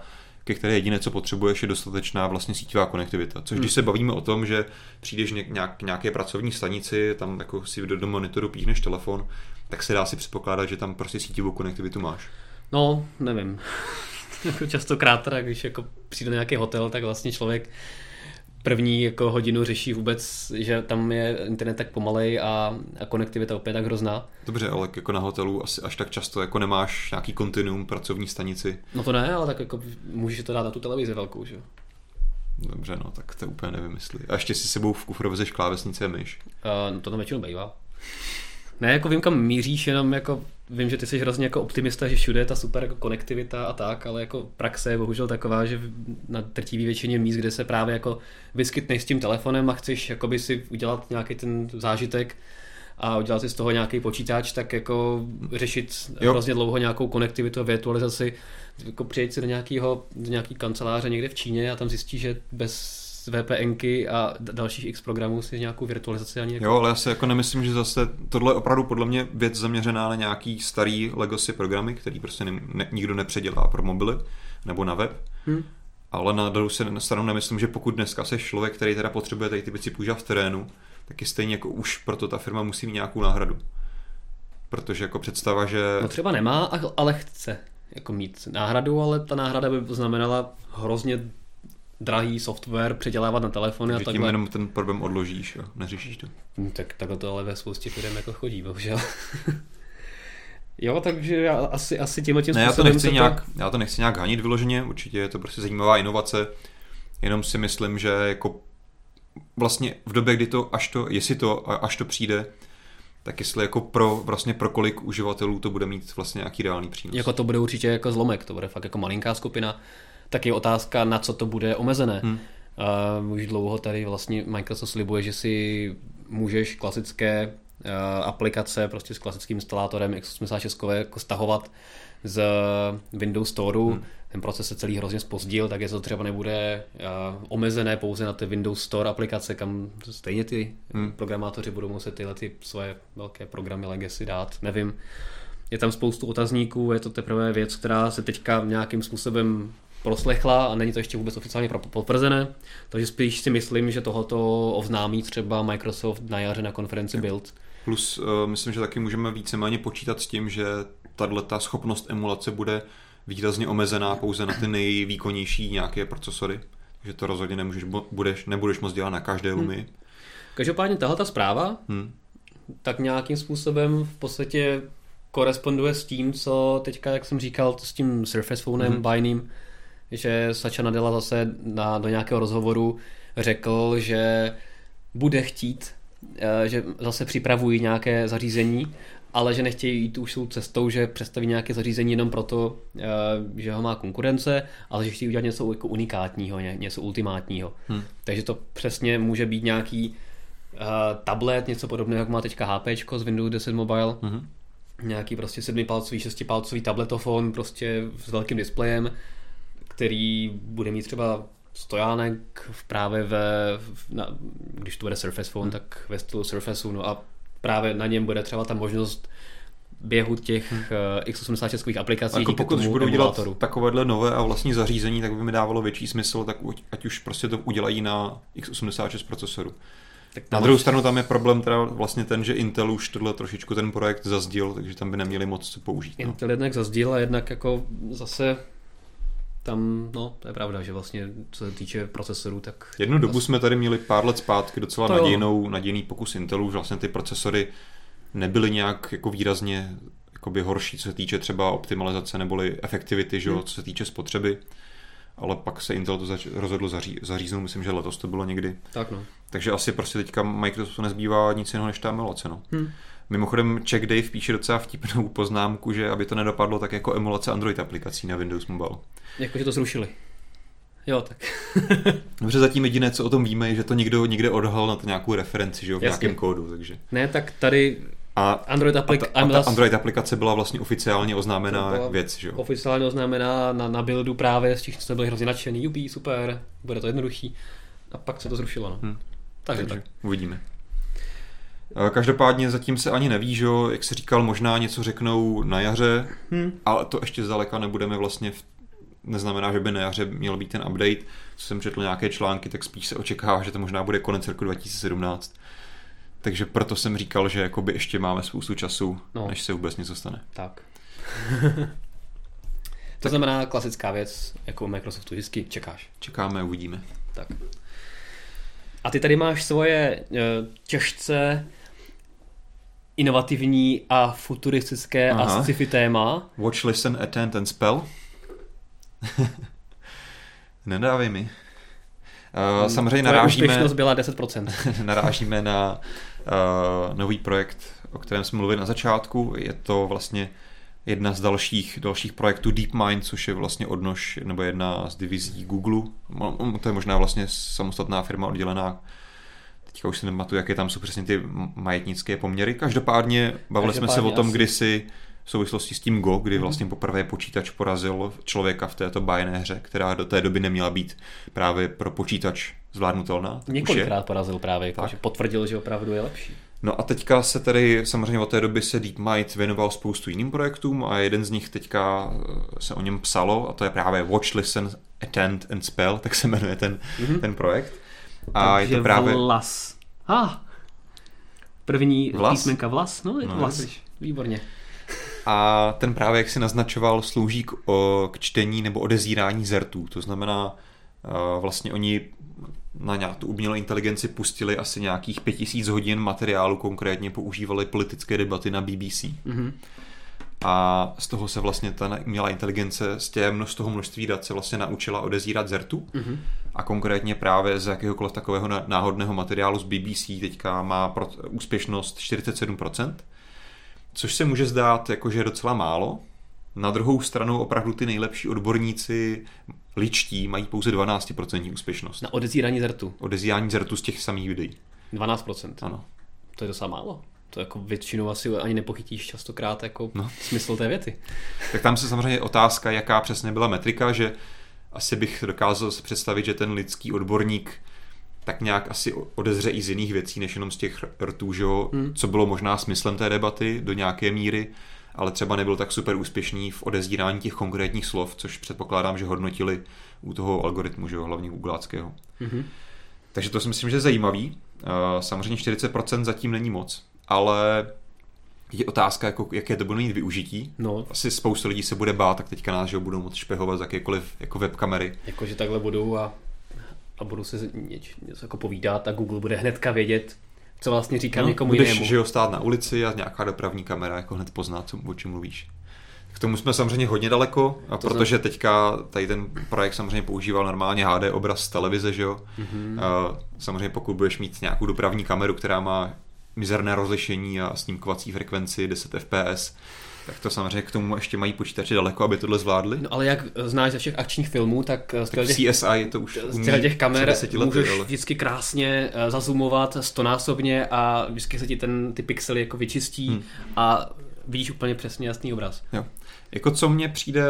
ke které jediné, co potřebuješ, je dostatečná vlastně síťová konektivita. Což když se bavíme o tom, že přijdeš k nějaké pracovní stanici, tam jako si do monitoru píchneš telefon, tak se dá si předpokládat, že tam prostě síťovou konektivitu máš. No, nevím. Častokrát teda, když jako přijde na nějaký hotel, tak vlastně člověk první jako hodinu řeší vůbec, že tam je internet tak pomalej a konektivita opět tak hrozná. Dobře, ale jako na hotelu asi až tak často jako nemáš nějaký kontinuum pracovní stanici. No to ne, ale tak jako můžeš to dát na tu televizi velkou, že jo. Dobře, no tak to úplně nevymyslí. A ještě si sebou v kufru vezeš klávesnice a myš. No to tam většinou bývá. Ne, jako vím, kam míříš, jenom jako vím, že ty jsi hrozně jako optimista, že všude je ta super jako konektivita a tak, ale jako praxe je bohužel taková, že na drtivé většině míst, kde se právě jako vyskytneš s tím telefonem a chceš jakoby si udělat nějaký ten zážitek a udělat si z toho nějaký počítač, tak jako řešit hrozně dlouho nějakou konektivitu a virtualizaci, jako přijet si do nějaký kanceláře někde v Číně a tam zjistíš, že bez VPNky a dalších X programů si nějakou virtualizaci ani Jo, ale já si jako nemyslím, že zase tohle je opravdu podle mě věc zaměřená na nějaký starý legacy programy, který prostě nikdo nepředělá pro mobily nebo na web. Ale na druhou stranu nemyslím, že pokud dneska seš člověk, který teda potřebuje tady ty věci používat v terénu, tak je stejně jako už proto ta firma musí mít nějakou náhradu. Protože jako představa, že... No třeba nemá, ale chce jako mít náhradu, ale ta náhrada by znamenala hrozně drahý software předělávat na telefony. Takže tím jenom ten problém odložíš a neřešíš to. Tak takhle to ale ve spoustě firm jako chodí, bohužel. Jo, takže já asi tímhle tím způsobem já to nechci nějak hanit vyloženě, určitě je to prostě zajímavá inovace, jenom si myslím, že jako vlastně v době, kdy až to přijde, tak jestli jako pro kolik uživatelů to bude mít vlastně nějaký reálný přínos. Jako to bude určitě jako zlomek, to bude fakt jako malinká skupina. Tak je otázka, na co to bude omezené. Už dlouho tady vlastně Microsoft slibuje, že si můžeš klasické aplikace prostě s klasickým instalátorem x86 jako stahovat z Windows Storeu. Ten proces se celý hrozně zpozdil, tak to třeba nebude omezené pouze na ty Windows Store aplikace, kam stejně ty programátoři budou muset tyhle ty svoje velké programy legacy dát. Nevím. Je tam spoustu otazníků, je to teprve věc, která se teďka nějakým způsobem proslechla a není to ještě vůbec oficiálně potvrzené, takže spíš si myslím, že tohoto oznámí třeba Microsoft na jaře na konferenci Build. Plus myslím, že taky můžeme víceméně počítat s tím, že tato schopnost emulace bude výrazně omezená pouze na ty nejvýkonnější nějaké procesory, takže to rozhodně nebudeš moct dělat na každé Lumii. Každopádně tahle zpráva tak nějakým způsobem v podstatě koresponduje s tím, co teďka, jak jsem říkal, s tím Surface Phonem bajným, že Satya Nadella zase do nějakého rozhovoru řekl, že bude chtít, že zase připravují nějaké zařízení, ale že nechtějí jít už tou cestou, že představí nějaké zařízení jenom proto, že ho má konkurence, ale že chtějí udělat něco jako unikátního, něco ultimátního. Takže to přesně může být nějaký tablet, něco podobného, jak má teďka HPčko z Windows 10 Mobile, nějaký prostě 7palcový, 6palcový tabletofon prostě s velkým displejem, který bude mít třeba stojánek právě když to bude Surface Phone, tak ve stylu Surfaceu, no a právě na něm bude třeba ta možnost běhu těch x86 aplikací. Jako pokud už budou dělat takovéhle nové a vlastní zařízení, tak by mi dávalo větší smysl, tak ať už prostě to udělají na x86 procesoru. Na druhou stranu tam je problém teda vlastně ten, že Intel už tohle trošičku ten projekt zazdil, takže tam by neměli moc co použít. Intel jednak zazdil a jednak jako zase tam, no, to je pravda, že vlastně co se týče procesorů, tak... Jednu dobu jsme tady měli pár let zpátky docela nadějný pokus Intelu, že vlastně ty procesory nebyly nějak jako výrazně jakoby horší, co se týče třeba optimalizace neboli efektivity, že, co se týče spotřeby. Ale pak se Intel to rozhodl zaříznout, myslím, že letos to bylo někdy. Tak no. Takže asi prostě teďka Microsoftu nezbývá nic jiného než ta emulace. No. Mimochodem Czech Dave píše docela vtipnou poznámku, že aby to nedopadlo tak jako emulace Android aplikací na Windows Mobile. Jakože to zrušili. Jo, tak. Dobře, zatím jediné, co o tom víme, je, že to někde odhalil na to nějakou referenci, že jo, v nějakém kódu. Takže. Ne, tak tady Android aplikace byla vlastně oficiálně oznámená věc, že jo? Oficiálně oznámená na buildu právě, z těch jsme byli hrozně nadšený, jupí, super, bude to jednoduchý. A pak se to zrušilo, no. Takže tak. Uvidíme. Každopádně zatím se ani neví, že jo, jak jsi říkal, možná něco řeknou na jaře, ale to ještě zdaleka nebudeme vlastně neznamená, že by na jaře měl být ten update. Co jsem četl nějaké články, tak spíš se očekává, že to možná bude konec roku 2017. Takže proto jsem říkal, že jakoby ještě máme spoustu času, než se vůbec něco stane. Tak. To znamená klasická věc, jako u Microsoftu vždycky čekáš. Čekáme, uvidíme. Tak. A ty tady máš svoje těžce inovativní a futuristické a sci-fi téma. Watch, listen, attend and spell. Nedávej mi. Samozřejmě narážíme... Úspěšnost byla 10%. Narážíme na nový projekt, o kterém jsme mluvili na začátku. Je to vlastně jedna z dalších projektů DeepMind, což je vlastně odnož, nebo jedna z divizí Google. To je možná vlastně samostatná firma oddělená. Teďka už si nepamatuju, jaké tam jsou přesně ty majetnické poměry. Každopádně bavili jsme se o tom kdysi v souvislosti s tím Go, kdy vlastně poprvé počítač porazil člověka v této bájné hře, která do té doby neměla být právě pro počítač zvládnutelná. Několikrát porazil právě, že potvrdil, že opravdu je lepší. No a teďka se tady samozřejmě od té doby se DeepMind věnoval spoustu jiným projektům a jeden z nich teďka se o něm psalo a to je právě Watch, Listen, Attend and Spell, tak se jmenuje ten projekt. A takže je to právě... vlas. První písmenka vlas? No, je to vlas. Výborně. A ten právě, jak si naznačoval, slouží k čtení nebo odezírání zertů. To znamená, vlastně oni na tu umělou inteligenci pustili asi nějakých 5000 hodin materiálu, konkrétně používali politické debaty na BBC. Mm-hmm. A z toho se vlastně ta umělá inteligence z toho množství dat se vlastně naučila odezírat zertu. Mm-hmm. A konkrétně právě z jakéhokoliv takového náhodného materiálu z BBC teďka má úspěšnost 47%, což se může zdát jakože je docela málo. Na druhou stranu opravdu ty nejlepší odborníci ličtí mají pouze 12% úspěšnost. Na odezírání zertu. Odezírání zertu z těch samých videí. 12%. Ano. To je docela málo. To jako většinou asi ani nepochytíš častokrát jako smysl té věty. Tak tam se samozřejmě otázka, jaká přesně byla metrika, že asi bych dokázal si představit, že ten lidský odborník tak nějak asi odezře i z jiných věcí, než jenom z těch rtů, že jo? Co bylo možná smyslem té debaty do nějaké míry, ale třeba nebyl tak super úspěšný v odezírání těch konkrétních slov, což předpokládám, že hodnotili u toho algoritmu, že jo, hlavně googláckého. Mm-hmm. Takže to si myslím, že je zajímavý. Samozřejmě 40% zatím není moc, ale je otázka, jako, jaké to bude mít využití. No. Asi spoustu lidí se bude bát, tak teďka nás, že budou moct špehovat z jakékoliv jako webkamery. Jakože takhle budou a budu se něco jako povídat a Google bude hnedka vědět, co vlastně říkám někomu jinému. Budeš, že jo, stát na ulici a nějaká dopravní kamera jako hned pozná, o čem mluvíš. K tomu jsme samozřejmě hodně daleko, protože teďka tady ten projekt samozřejmě používal normálně HD obraz z televize, že jo. Mm-hmm. Samozřejmě pokud budeš mít nějakou dopravní kameru, která má mizerné rozlišení a snímkovací frekvenci 10 fps, tak to samozřejmě k tomu ještě mají počítače daleko, aby tohle zvládli. No ale jak znáš ze všech akčních filmů, tak v CSI to už umí z těch kamer můžeš vždycky krásně zazoomovat 100násobně a vždycky se ti ty pixely jako vyčistí a vidíš úplně přesně jasný obraz. Jo. Jako co mně přijde,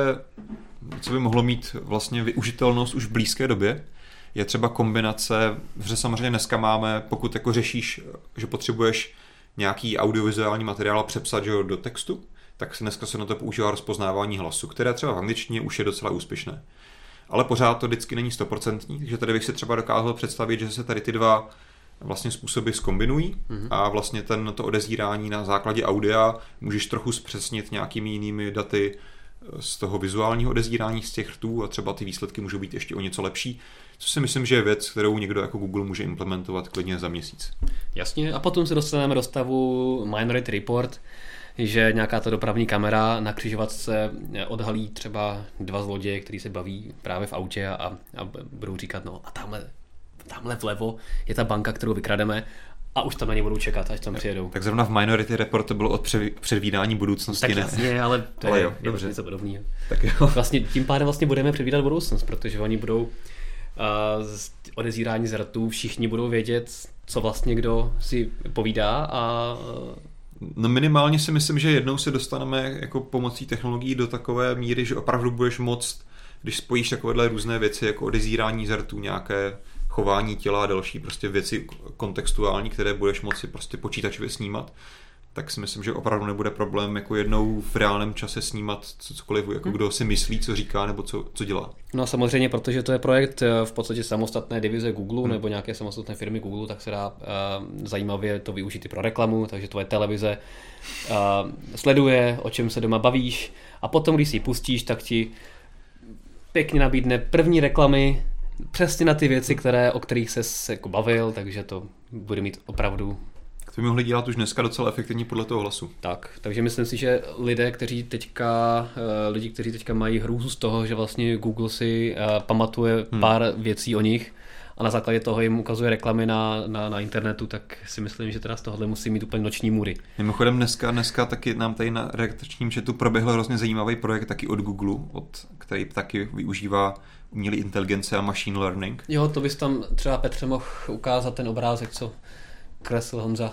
co by mohlo mít vlastně využitelnost už v blízké době, je třeba kombinace, že samozřejmě dneska máme, pokud jako řešíš, že potřebuješ nějaký audiovizuální materiál přepsat do textu, tak se dneska se na to používá rozpoznávání hlasu, které třeba v angličtině už je docela úspěšné. Ale pořád to vždycky není 100%, takže tady bych si třeba dokázal představit, že se tady ty dva vlastně způsoby zkombinují a vlastně to odezírání na základě audia můžeš trochu zpřesnit nějakými jinými daty z toho vizuálního odezírání z těch rtů a třeba ty výsledky můžou být ještě o něco lepší, co si myslím, že je věc, kterou někdo jako Google může implementovat klidně za měsíc. Jasně, a potom se dostaneme do stavu Minority Report, že nějaká ta dopravní kamera na křižovatce odhalí třeba dva zloděje, kteří se baví právě v autě a budou říkat, no a tamhle vlevo je ta banka, kterou vykrademe a už tam na ně budou čekat, až tam přijedou. Tak zrovna v Minority Report to bylo od předvídání budoucnosti. Tak jasně, ale to je něco podobného. Tak jo. Vlastně, tím pádem vlastně budeme předvídat budoucnost, protože oni budou z odezírání z rtů, všichni budou vědět, co vlastně kdo si povídá a no minimálně si myslím, že jednou se dostaneme jako pomocí technologií do takové míry, že opravdu budeš moct, když spojíš takovéhle různé věci jako odezírání z rtů, nějaké chování těla a další prostě věci kontextuální, které budeš moci prostě počítačově snímat, tak si myslím, že opravdu nebude problém jako jednou v reálném čase snímat cokoliv, jako kdo si myslí, co říká nebo co dělá. No samozřejmě, protože to je projekt v podstatě samostatné divize Google nebo nějaké samostatné firmy Google, tak se dá zajímavě to využít i pro reklamu, takže tvoje televize sleduje, o čem se doma bavíš a potom, když si ji pustíš, tak ti pěkně nabídne první reklamy přesně na ty věci, o kterých ses jako bavil, takže to bude mít opravdu. To by mohli dělat už dneska docela efektivně podle toho hlasu. Tak, takže myslím si, že lidi, kteří teďka mají hrůzu z toho, že vlastně Google si pamatuje pár věcí o nich a na základě toho jim ukazuje reklamy na internetu, tak si myslím, že teda z tohohle musí mít úplně noční můry. Mimochodem dneska taky nám tady na redakčním chatu proběhl hrozně zajímavý projekt taky od Google, který taky využívá umělé inteligence a machine learning. Jo, to bys tam třeba Petře mohl ukázat ten obrázek, co kresl Honza.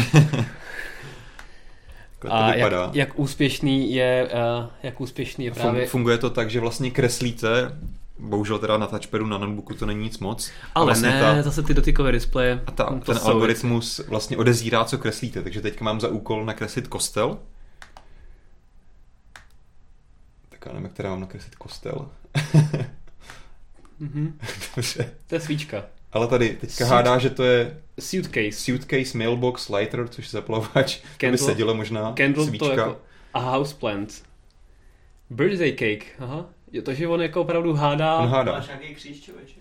A jak úspěšný je právě... Funguje to tak, že vlastně kreslíte, bohužel teda na touchpadu na notebooku to není nic moc. Ale vlastně zase ty dotykové displeje. A ten algoritmus vlastně odezírá, co kreslíte. Takže teďka mám za úkol nakreslit kostel. Tak já nevím, která mám nakreslit kostel. Dobře. To je svíčka. Ale tady teďka hádá, že to je suitcase, mailbox, lighter, což je zaplavovač. To by sedělo možná svíčka. To jako a houseplant. Birthday cake. Aha. To, že on jako opravdu hádá. Máš nějaký kříž, člověče?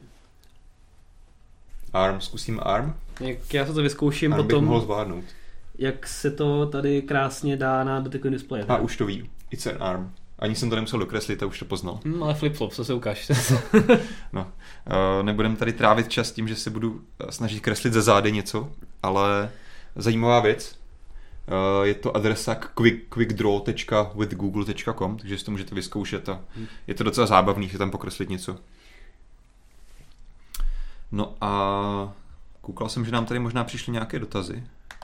Arm, zkusím arm. Já se to vyzkouším arm potom. Bych mohl zvládnout. Jak se to tady krásně dá na dotykový displeje. A už to ví. It's an arm. Ani jsem to nemusel dokreslit a už to poznal. Ale flip-flop, co se ukáž. No, nebudem tady trávit čas tím, že se budu snažit kreslit ze zády něco, ale zajímavá věc. Je to adresa quickdraw.withgoogle.com, takže si to můžete vyzkoušet a je to docela zábavný, že tam pokreslit něco. No a koukal jsem, že nám tady možná přišly nějaké dotazy.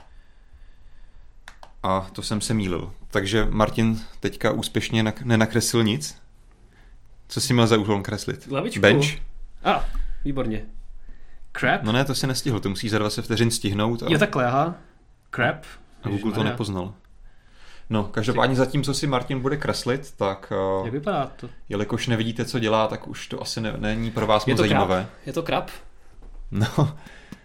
A to jsem se mýlil. Takže Martin teďka úspěšně nenakreslil nic. Co jsi měl za úkol kreslit? Lavičku. Bench? Výborně. Crap? No ne, to si nestihl, to musíš za 20 vteřin stihnout. Jo, takhle, aha. Crap. A Google to nepoznal. No, každopádně zatím, co si Martin bude kreslit, tak... Jak vypadá to? Jelikož nevidíte, co dělá, tak už to asi není pro vás moc zajímavé. Je to krab? No.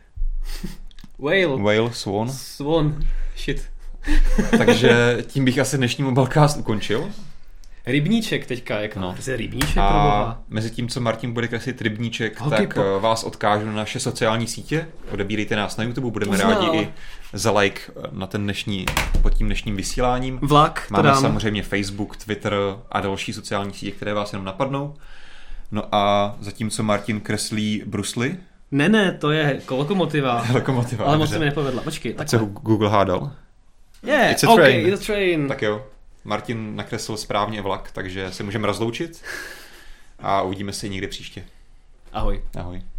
Whale, swan. Swan, shit. Takže tím bych asi dnešní Mobilecast ukončil. Rybníček teďka, jak rybníček a mezi tím, co Martin bude kreslit rybníček, tak vás odkážu na naše sociální sítě. Odebírejte nás na YouTube, budeme rádi i za like pod tím dnešním vysíláním. Máme samozřejmě Facebook, Twitter a další sociální sítě, které vás jenom napadnou. No a zatímco Martin kreslí brusly. Ne, to je lokomotiva. Ale moc se mi nepovedla. Počkej, takhle. Co Google hádal? Yeah, it's a train. Tak jo. Martin nakreslil správně vlak, takže se můžeme rozloučit a uvidíme se někdy příště. Ahoj. Ahoj.